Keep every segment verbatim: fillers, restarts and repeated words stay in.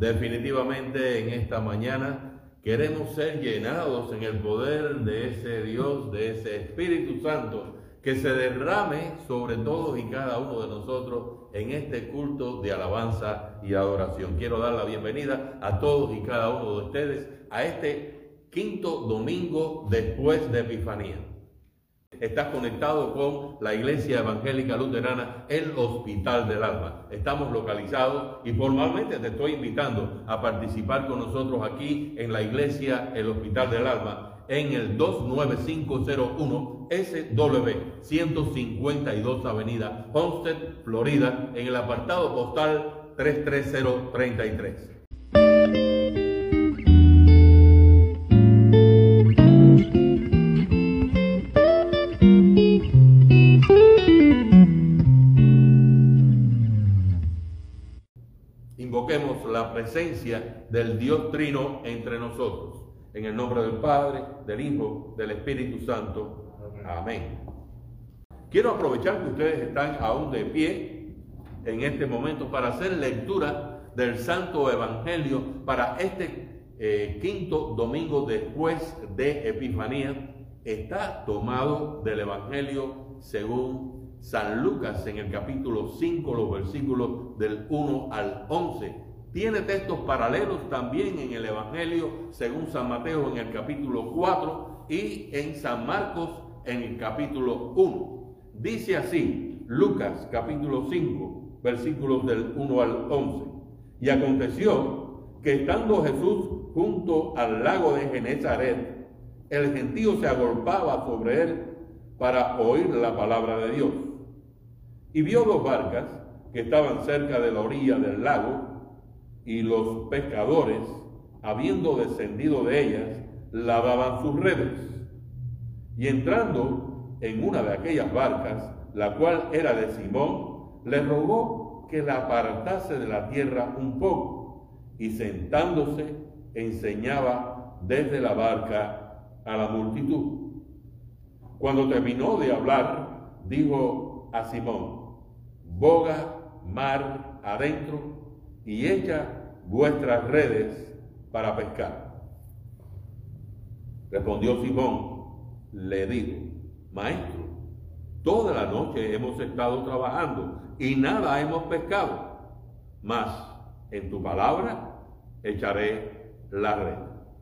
Definitivamente en esta mañana queremos ser llenados en el poder de ese Dios, de ese Espíritu Santo, que se derrame sobre todos y cada uno de nosotros en este culto de alabanza y adoración. Quiero dar la bienvenida a todos y cada uno de ustedes a este quinto domingo después de Epifanía. Estás conectado con la Iglesia Evangélica Luterana, el Hospital del Alma. Estamos localizados y formalmente te estoy invitando a participar con nosotros aquí en la Iglesia, el Hospital del Alma, en el dos nueve cinco cero uno S W ciento cincuenta y dos Avenida Homestead, Florida, en el apartado postal tres tres cero tres tres. Invoquemos la presencia del Dios Trino entre nosotros. En el nombre del Padre, del Hijo, del Espíritu Santo. Amén. Quiero aprovechar que ustedes están aún de pie en este momento para hacer lectura del Santo Evangelio para este eh, quinto domingo después de Epifanía. Está tomado del Evangelio según San Lucas en el capítulo cinco, los versículos del uno al once. Tiene textos paralelos también en el Evangelio según San Mateo en el capítulo cuatro y en San Marcos en el capítulo uno. Dice así, Lucas capítulo cinco, versículos del uno al once. Y aconteció que estando Jesús junto al lago de Genezaret, el gentío se agolpaba sobre él para oír la palabra de Dios. Y vio dos barcas que estaban cerca de la orilla del lago, y los pescadores, habiendo descendido de ellas, lavaban sus redes. Y entrando en una de aquellas barcas, la cual era de Simón, le rogó que la apartase de la tierra un poco, y sentándose enseñaba desde la barca a la multitud. Cuando terminó de hablar, dijo a Simón: boga mar adentro y echa vuestras redes para pescar. Respondió Simón, le dijo: Maestro, toda la noche hemos estado trabajando y nada hemos pescado, mas en tu palabra echaré la red.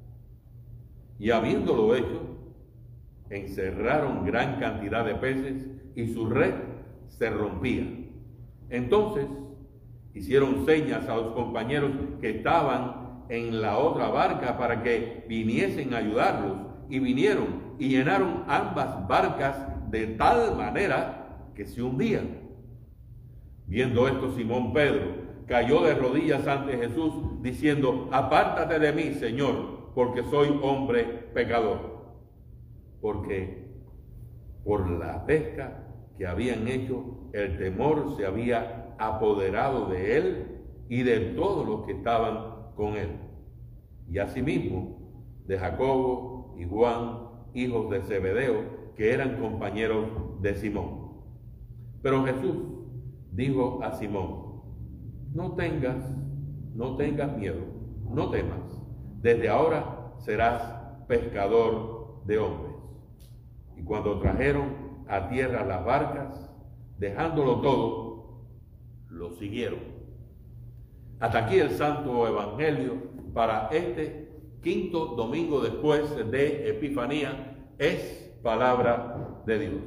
Y habiéndolo hecho, encerraron gran cantidad de peces y su red se rompía. Entonces hicieron señas a los compañeros que estaban en la otra barca para que viniesen a ayudarlos, y vinieron y llenaron ambas barcas de tal manera que se hundían. Viendo esto, Simón Pedro cayó de rodillas ante Jesús, diciendo: apártate de mí, Señor, porque soy hombre pecador. Porque por la pesca que habían hecho, el temor se había apoderado de él y de todos los que estaban con él, y asimismo de Jacobo y Juan, hijos de Zebedeo, que eran compañeros de Simón. Pero Jesús dijo a Simón: no tengas, no tengas miedo, no temas, desde ahora serás pescador de hombres. Y cuando trajeron a tierra las barcas, dejándolo todo, lo siguieron. Hasta aquí el Santo Evangelio para este quinto domingo después de Epifanía. Es palabra de Dios.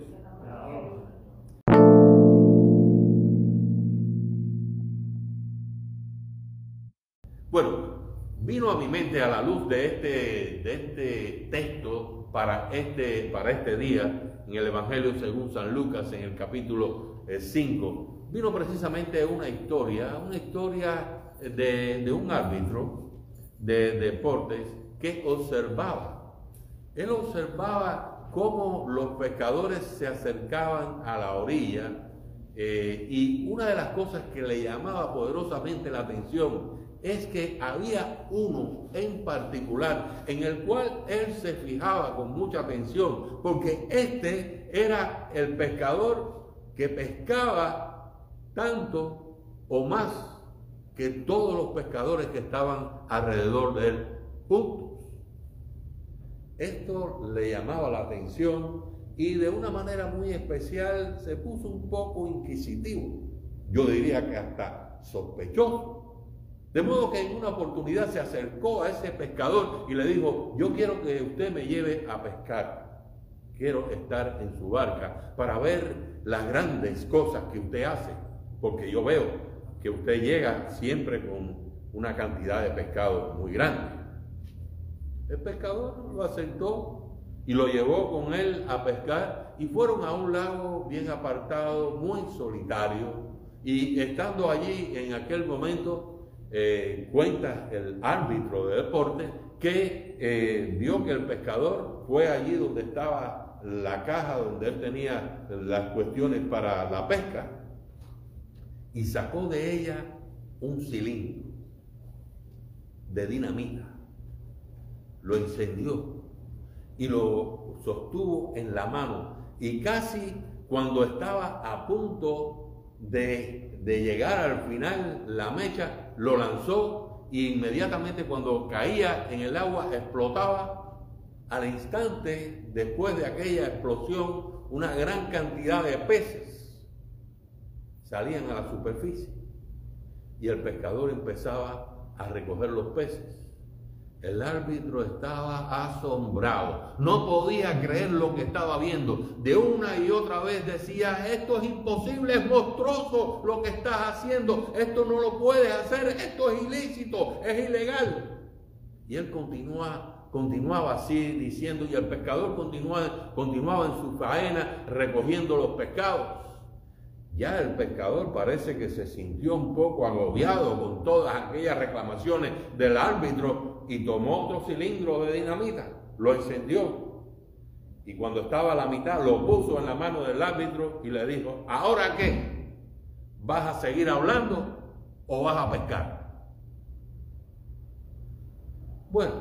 Bueno, vino a mi mente a la luz de este, de este texto para este, para este día en el Evangelio según San Lucas en el capítulo cinco. Vino precisamente una historia, una historia de, de un árbitro de deportes que observaba. Él observaba cómo los pescadores se acercaban a la orilla eh, y una de las cosas que le llamaba poderosamente la atención es que había uno en particular en el cual él se fijaba con mucha atención, porque este era el pescador que pescaba tanto o más que todos los pescadores que estaban alrededor de él juntos. Esto le llamaba la atención y de una manera muy especial se puso un poco inquisitivo, yo diría que hasta sospechoso. De modo que en una oportunidad se acercó a ese pescador y le dijo: yo quiero que usted me lleve a pescar, quiero estar en su barca para ver las grandes cosas que usted hace, porque yo veo que usted llega siempre con una cantidad de pescado muy grande. El pescador lo aceptó y lo llevó con él a pescar y fueron a un lago bien apartado, muy solitario, y estando allí en aquel momento, eh, cuenta el árbitro de deporte que eh, vio que el pescador fue allí donde estaba la caja donde él tenía las cuestiones para la pesca y sacó de ella un cilindro de dinamita, lo encendió y lo sostuvo en la mano, y casi cuando estaba a punto de, de llegar al final la mecha, lo lanzó y inmediatamente cuando caía en el agua explotaba. Al instante, después de aquella explosión, una gran cantidad de peces salían a la superficie y el pescador empezaba a recoger los peces. El árbitro estaba asombrado, no podía creer lo que estaba viendo. De una y otra vez decía: esto es imposible, es monstruoso lo que estás haciendo, esto no lo puedes hacer, esto es ilícito, es ilegal. Y él continúa, continuaba así diciendo, y el pescador continuaba, continuaba en su faena recogiendo los pescados. Ya el pescador parece que se sintió un poco agobiado con todas aquellas reclamaciones del árbitro y tomó otro cilindro de dinamita, lo encendió y cuando estaba a la mitad lo puso en la mano del árbitro y le dijo: ¿ahora qué? ¿Vas a seguir hablando o vas a pescar? Bueno,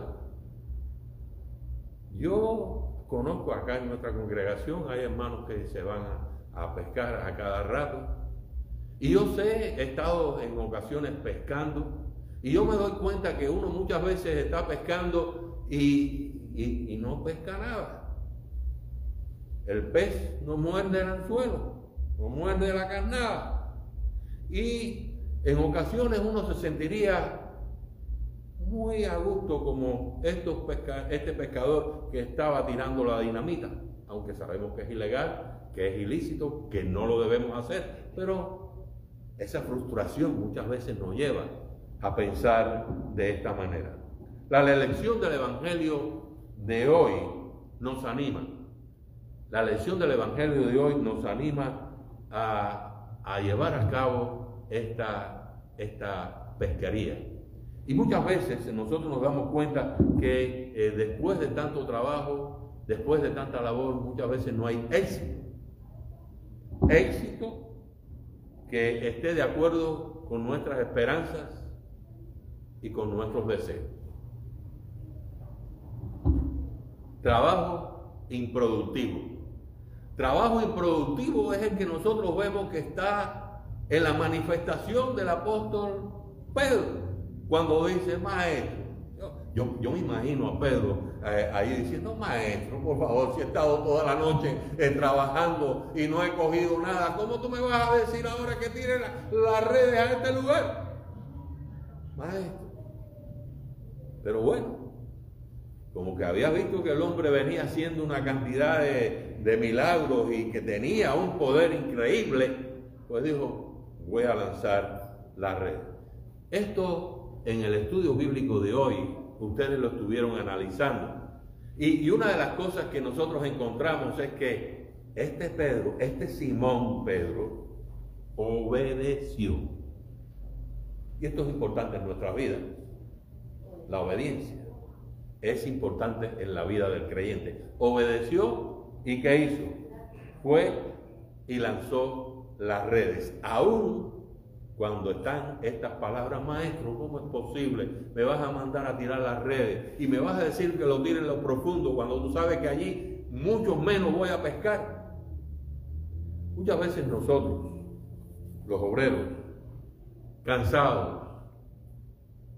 yo conozco acá en nuestra congregación, hay hermanos que se van a a pescar a cada rato, y yo sé, he estado en ocasiones pescando y yo me doy cuenta que uno muchas veces está pescando y, y, y no pesca nada. El pez no muerde el anzuelo, no muerde la carnada, y en ocasiones uno se sentiría muy a gusto como estos pesca, este pescador que estaba tirando la dinamita, aunque sabemos que es ilegal, que es ilícito, que no lo debemos hacer, pero esa frustración muchas veces nos lleva a pensar de esta manera. La lección del Evangelio de hoy nos anima. La lección del Evangelio de hoy nos anima a, a llevar a cabo esta, esta pesquería. Y muchas veces nosotros nos damos cuenta que eh, después de tanto trabajo, después de tanta labor, muchas veces no hay éxito. Éxito que esté de acuerdo con nuestras esperanzas y con nuestros deseos. Trabajo improductivo. Trabajo improductivo es el que nosotros vemos que está en la manifestación del apóstol Pedro, cuando dice: maestro. Yo, yo me imagino a Pedro eh, ahí diciendo: maestro, por favor, si he estado toda la noche eh, trabajando y no he cogido nada, ¿cómo tú me vas a decir ahora que tire las la redes a este lugar? Maestro. Pero bueno, como que había visto que el hombre venía haciendo una cantidad de, de milagros y que tenía un poder increíble, pues dijo: voy a lanzar la red. Esto en el estudio bíblico de hoy ustedes lo estuvieron analizando. Y, y una de las cosas que nosotros encontramos es que este Pedro, este Simón Pedro, obedeció. Y esto es importante en nuestra vida. La obediencia es importante en la vida del creyente. Obedeció, ¿y qué hizo? Fue y lanzó las redes. Aún cuando están estas palabras: maestro, ¿cómo es posible? Me vas a mandar a tirar las redes y me vas a decir que lo tire en lo profundo cuando tú sabes que allí mucho menos voy a pescar. Muchas veces nosotros, los obreros, cansados,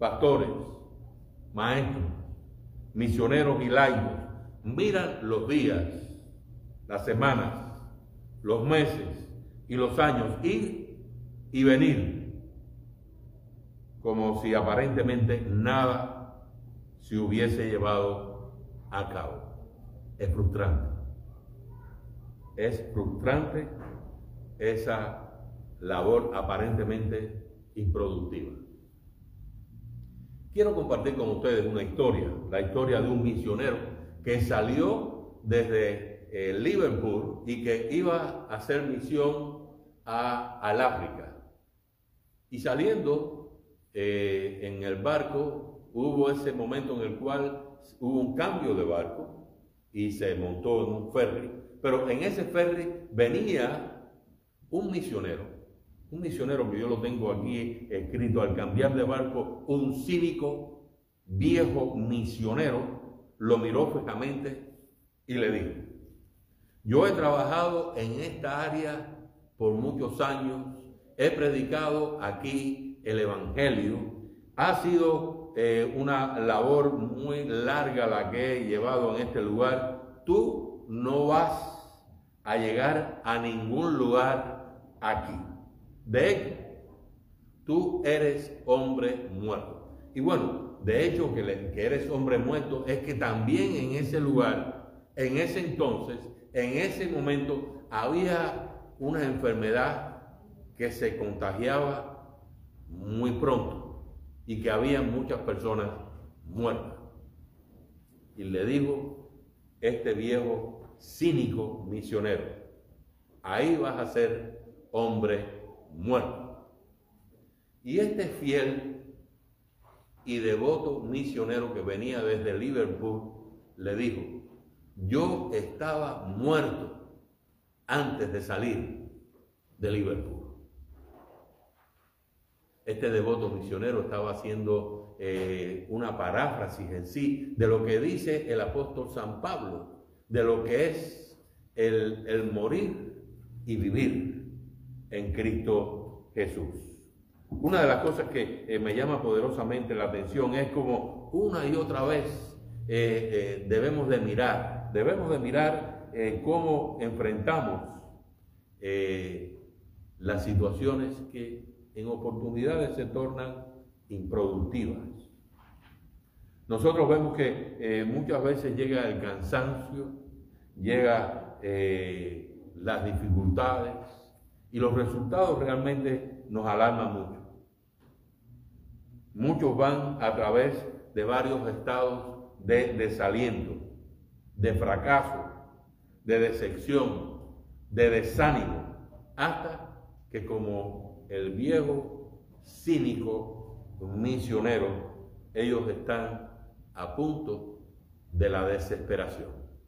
pastores, maestros, misioneros y laicos miran los días, las semanas, los meses y los años ir y venir como si aparentemente nada se hubiese llevado a cabo. Es frustrante. Es frustrante esa labor aparentemente improductiva. Quiero compartir con ustedes una historia, la historia de un misionero que salió desde eh, Liverpool y que iba a hacer misión a, al África. Y saliendo eh, en el barco, hubo ese momento en el cual hubo un cambio de barco y se montó en un ferry, pero en ese ferry venía un misionero. Un misionero que yo lo tengo aquí escrito, al cambiar de barco, un cínico viejo misionero lo miró fijamente y le dijo: yo he trabajado en esta área por muchos años, he predicado aquí el evangelio, ha sido eh, una labor muy larga la que he llevado en este lugar, tú no vas a llegar a ningún lugar aquí. De hecho, tú eres hombre muerto. Y bueno, de hecho que, le, que eres hombre muerto es que también en ese lugar, en ese entonces, en ese momento, había una enfermedad que se contagiaba muy pronto y que había muchas personas muertas. Y le dijo este viejo cínico misionero: ahí vas a ser hombre muerto. Y este fiel y devoto misionero que venía desde Liverpool le dijo: yo estaba muerto antes de salir de Liverpool. Este devoto misionero estaba haciendo eh, una paráfrasis en sí de lo que dice el apóstol San Pablo, de lo que es el, el morir y vivir en Cristo Jesús. Una de las cosas que eh, me llama poderosamente la atención es como una y otra vez eh, eh, debemos de mirar, debemos de mirar eh, cómo enfrentamos eh, las situaciones que en oportunidades se tornan improductivas. Nosotros vemos que eh, muchas veces llega el cansancio, llega eh, las dificultades, y los resultados realmente nos alarman mucho. Muchos van a través de varios estados de desaliento, de fracaso, de decepción, de desánimo, hasta que, como el viejo cínico misionero, ellos están a punto de la desesperación.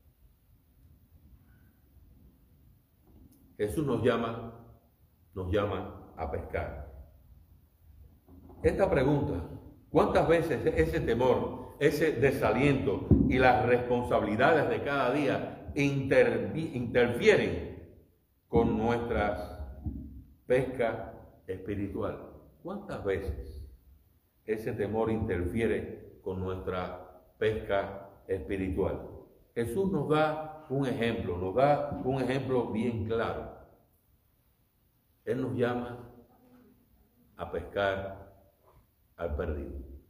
Jesús nos llama nos llama a pescar. Esta pregunta, ¿cuántas veces ese temor, ese desaliento y las responsabilidades de cada día interfieren con nuestra pesca espiritual? ¿Cuántas veces ese temor interfiere con nuestra pesca espiritual? Jesús nos da un ejemplo, nos da un ejemplo bien claro. Él nos llama a pescar al perdido.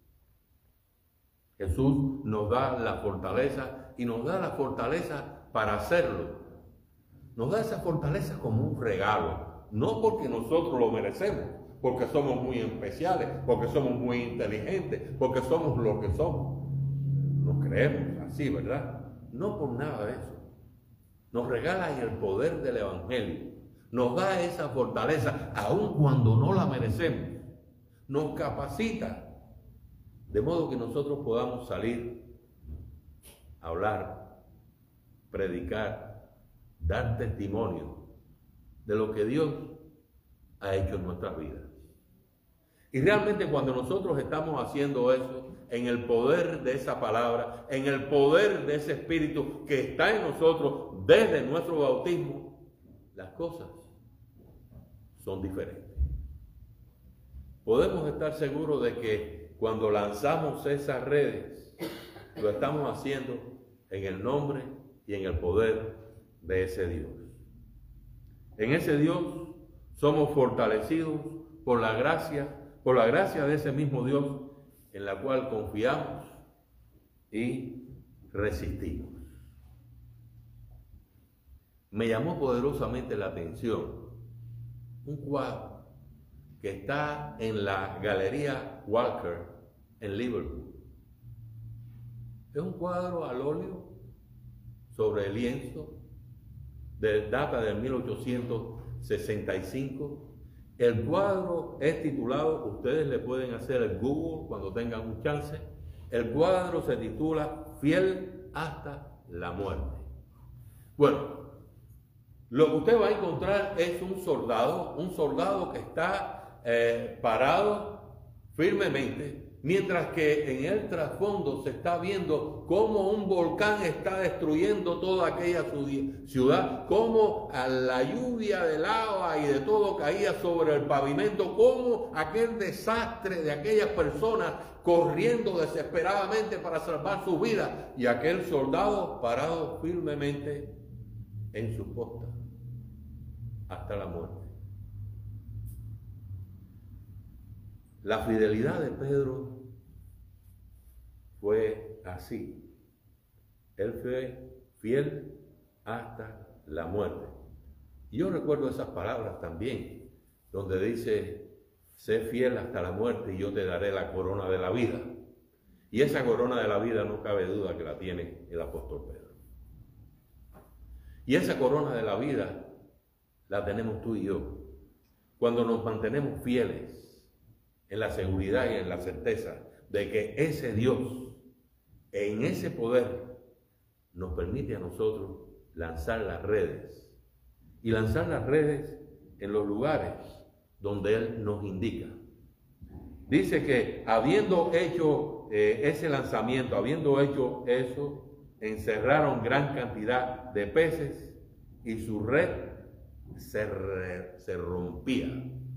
Jesús nos da la fortaleza y nos da la fortaleza para hacerlo. Nos da esa fortaleza como un regalo, no porque nosotros lo merecemos, porque somos muy especiales, porque somos muy inteligentes, porque somos lo que somos. Nos creemos así, ¿verdad? No por nada de eso. Nos regala el poder del Evangelio. Nos da esa fortaleza, aun cuando no la merecemos. Nos capacita, de modo que nosotros podamos salir, hablar, predicar, dar testimonio de lo que Dios ha hecho en nuestras vidas. Y realmente cuando nosotros estamos haciendo eso, en el poder de esa palabra, en el poder de ese espíritu que está en nosotros desde nuestro bautismo, las cosas son diferentes. Podemos estar seguros de que cuando lanzamos esas redes, lo estamos haciendo en el nombre y en el poder de ese Dios. En ese Dios somos fortalecidos por la gracia, por la gracia de ese mismo Dios en la cual confiamos y resistimos. Me llamó poderosamente la atención un cuadro que está en la Galería Walker en Liverpool. Es un cuadro al óleo sobre el lienzo, de, data del mil ochocientos sesenta y cinco. El cuadro es titulado, ustedes le pueden hacer el Google cuando tengan un chance, el cuadro se titula Fiel hasta la muerte. Bueno, lo que usted va a encontrar es un soldado, un soldado que está eh, parado firmemente, mientras que en el trasfondo se está viendo cómo un volcán está destruyendo toda aquella ciudad, cómo a la lluvia de lava y de todo caía sobre el pavimento, cómo aquel desastre de aquellas personas corriendo desesperadamente para salvar su vida, y aquel soldado parado firmemente en su posta hasta la muerte. La fidelidad de Pedro fue así. Él fue fiel hasta la muerte. Y yo recuerdo esas palabras también, donde dice, sé fiel hasta la muerte y yo te daré la corona de la vida. Y esa corona de la vida no cabe duda que la tiene el apóstol Pedro. Y esa corona de la vida la tenemos tú y yo, cuando nos mantenemos fieles en la seguridad y en la certeza de que ese Dios, en ese poder, nos permite a nosotros lanzar las redes, y lanzar las redes en los lugares donde Él nos indica. Dice que habiendo hecho eh, ese lanzamiento, habiendo hecho eso, encerraron gran cantidad de peces y su red se, re, se rompía.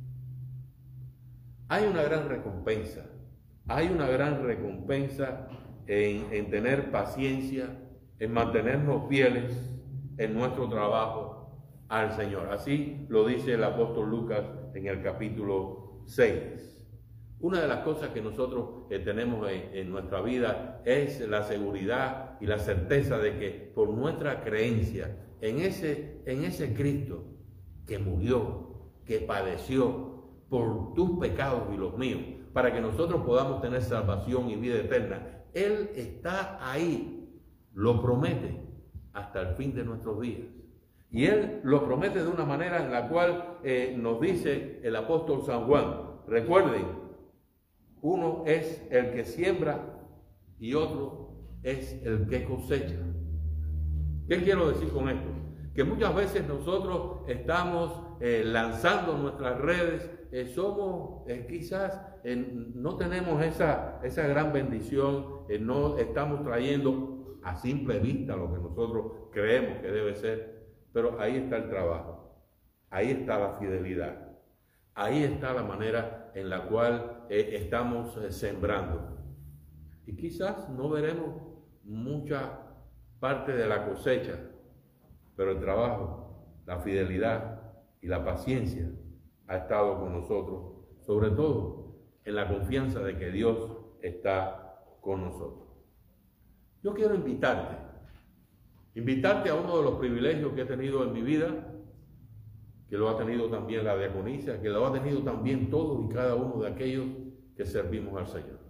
Hay una gran recompensa, hay una gran recompensa en, en tener paciencia, en mantenernos fieles en nuestro trabajo al Señor. Así lo dice el apóstol Lucas en el capítulo seis. Una de las cosas que nosotros eh, tenemos en, en nuestra vida es la seguridad y la certeza de que por nuestra creencia en ese, en ese Cristo que murió, que padeció por tus pecados y los míos, para que nosotros podamos tener salvación y vida eterna, Él está ahí, lo promete hasta el fin de nuestros días. Y Él lo promete de una manera en la cual eh, nos dice el apóstol San Juan. Recuerden, uno es el que siembra y otro es el que cosecha. ¿Qué quiero decir con esto? Que muchas veces nosotros estamos eh, lanzando nuestras redes, eh, somos eh, quizás eh, no tenemos esa, esa gran bendición, eh, no estamos trayendo a simple vista lo que nosotros creemos que debe ser, pero ahí está el trabajo, ahí está la fidelidad, ahí está la manera en la cual eh, estamos eh, sembrando. Y quizás no veremos mucha parte de la cosecha, pero el trabajo, la fidelidad y la paciencia ha estado con nosotros, sobre todo en la confianza de que Dios está con nosotros. Yo quiero invitarte, invitarte a uno de los privilegios que he tenido en mi vida, que lo ha tenido también la diaconisa, que lo ha tenido también todos y cada uno de aquellos que servimos al Señor.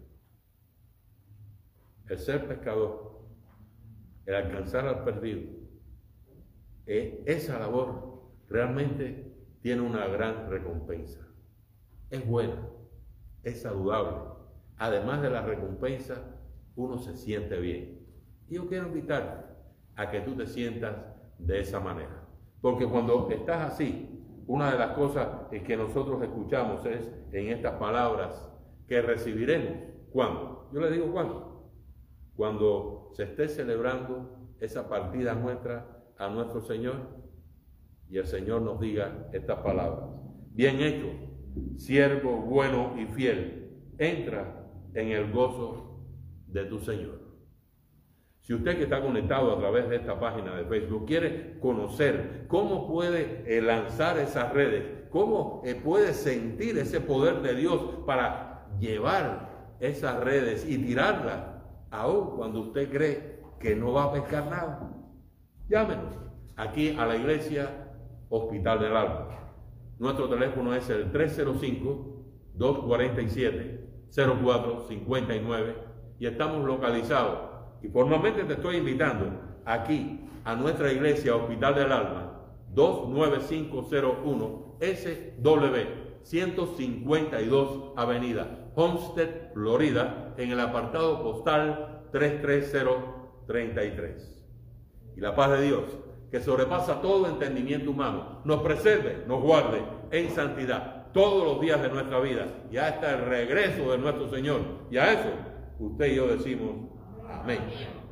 El ser pescador, el alcanzar al perdido, eh, esa labor realmente tiene una gran recompensa. Es buena, es saludable. Además de la recompensa, uno se siente bien. Y yo quiero invitarte a que tú te sientas de esa manera. Porque cuando estás así, una de las cosas que nosotros escuchamos es en estas palabras que recibiremos. ¿Cuándo? Yo le digo ¿cuándo? Cuando se esté celebrando esa partida nuestra a nuestro Señor y el Señor nos diga estas palabras. Bien hecho, siervo bueno y fiel, entra en el gozo de tu Señor. Si usted que está conectado a través de esta página de Facebook quiere conocer cómo puede eh, lanzar esas redes, cómo eh, puede sentir ese poder de Dios para llevar esas redes y tirarlas, aun cuando usted cree que no va a pescar nada, llámenos aquí a la iglesia Hospital del Alma. Nuestro teléfono es el tres cero cinco, dos cuatro siete, cero cuatro cinco nueve y estamos localizados. Y formalmente te estoy invitando aquí a nuestra iglesia Hospital del Alma, dos nueve cinco cero uno S W ciento cincuenta y dos Avenida Homestead, Florida, en el apartado postal tres tres cero tres tres. Y la paz de Dios, que sobrepasa todo entendimiento humano, nos preserve, nos guarde en santidad todos los días de nuestra vida y hasta el regreso de nuestro Señor. Y a eso usted y yo decimos amén.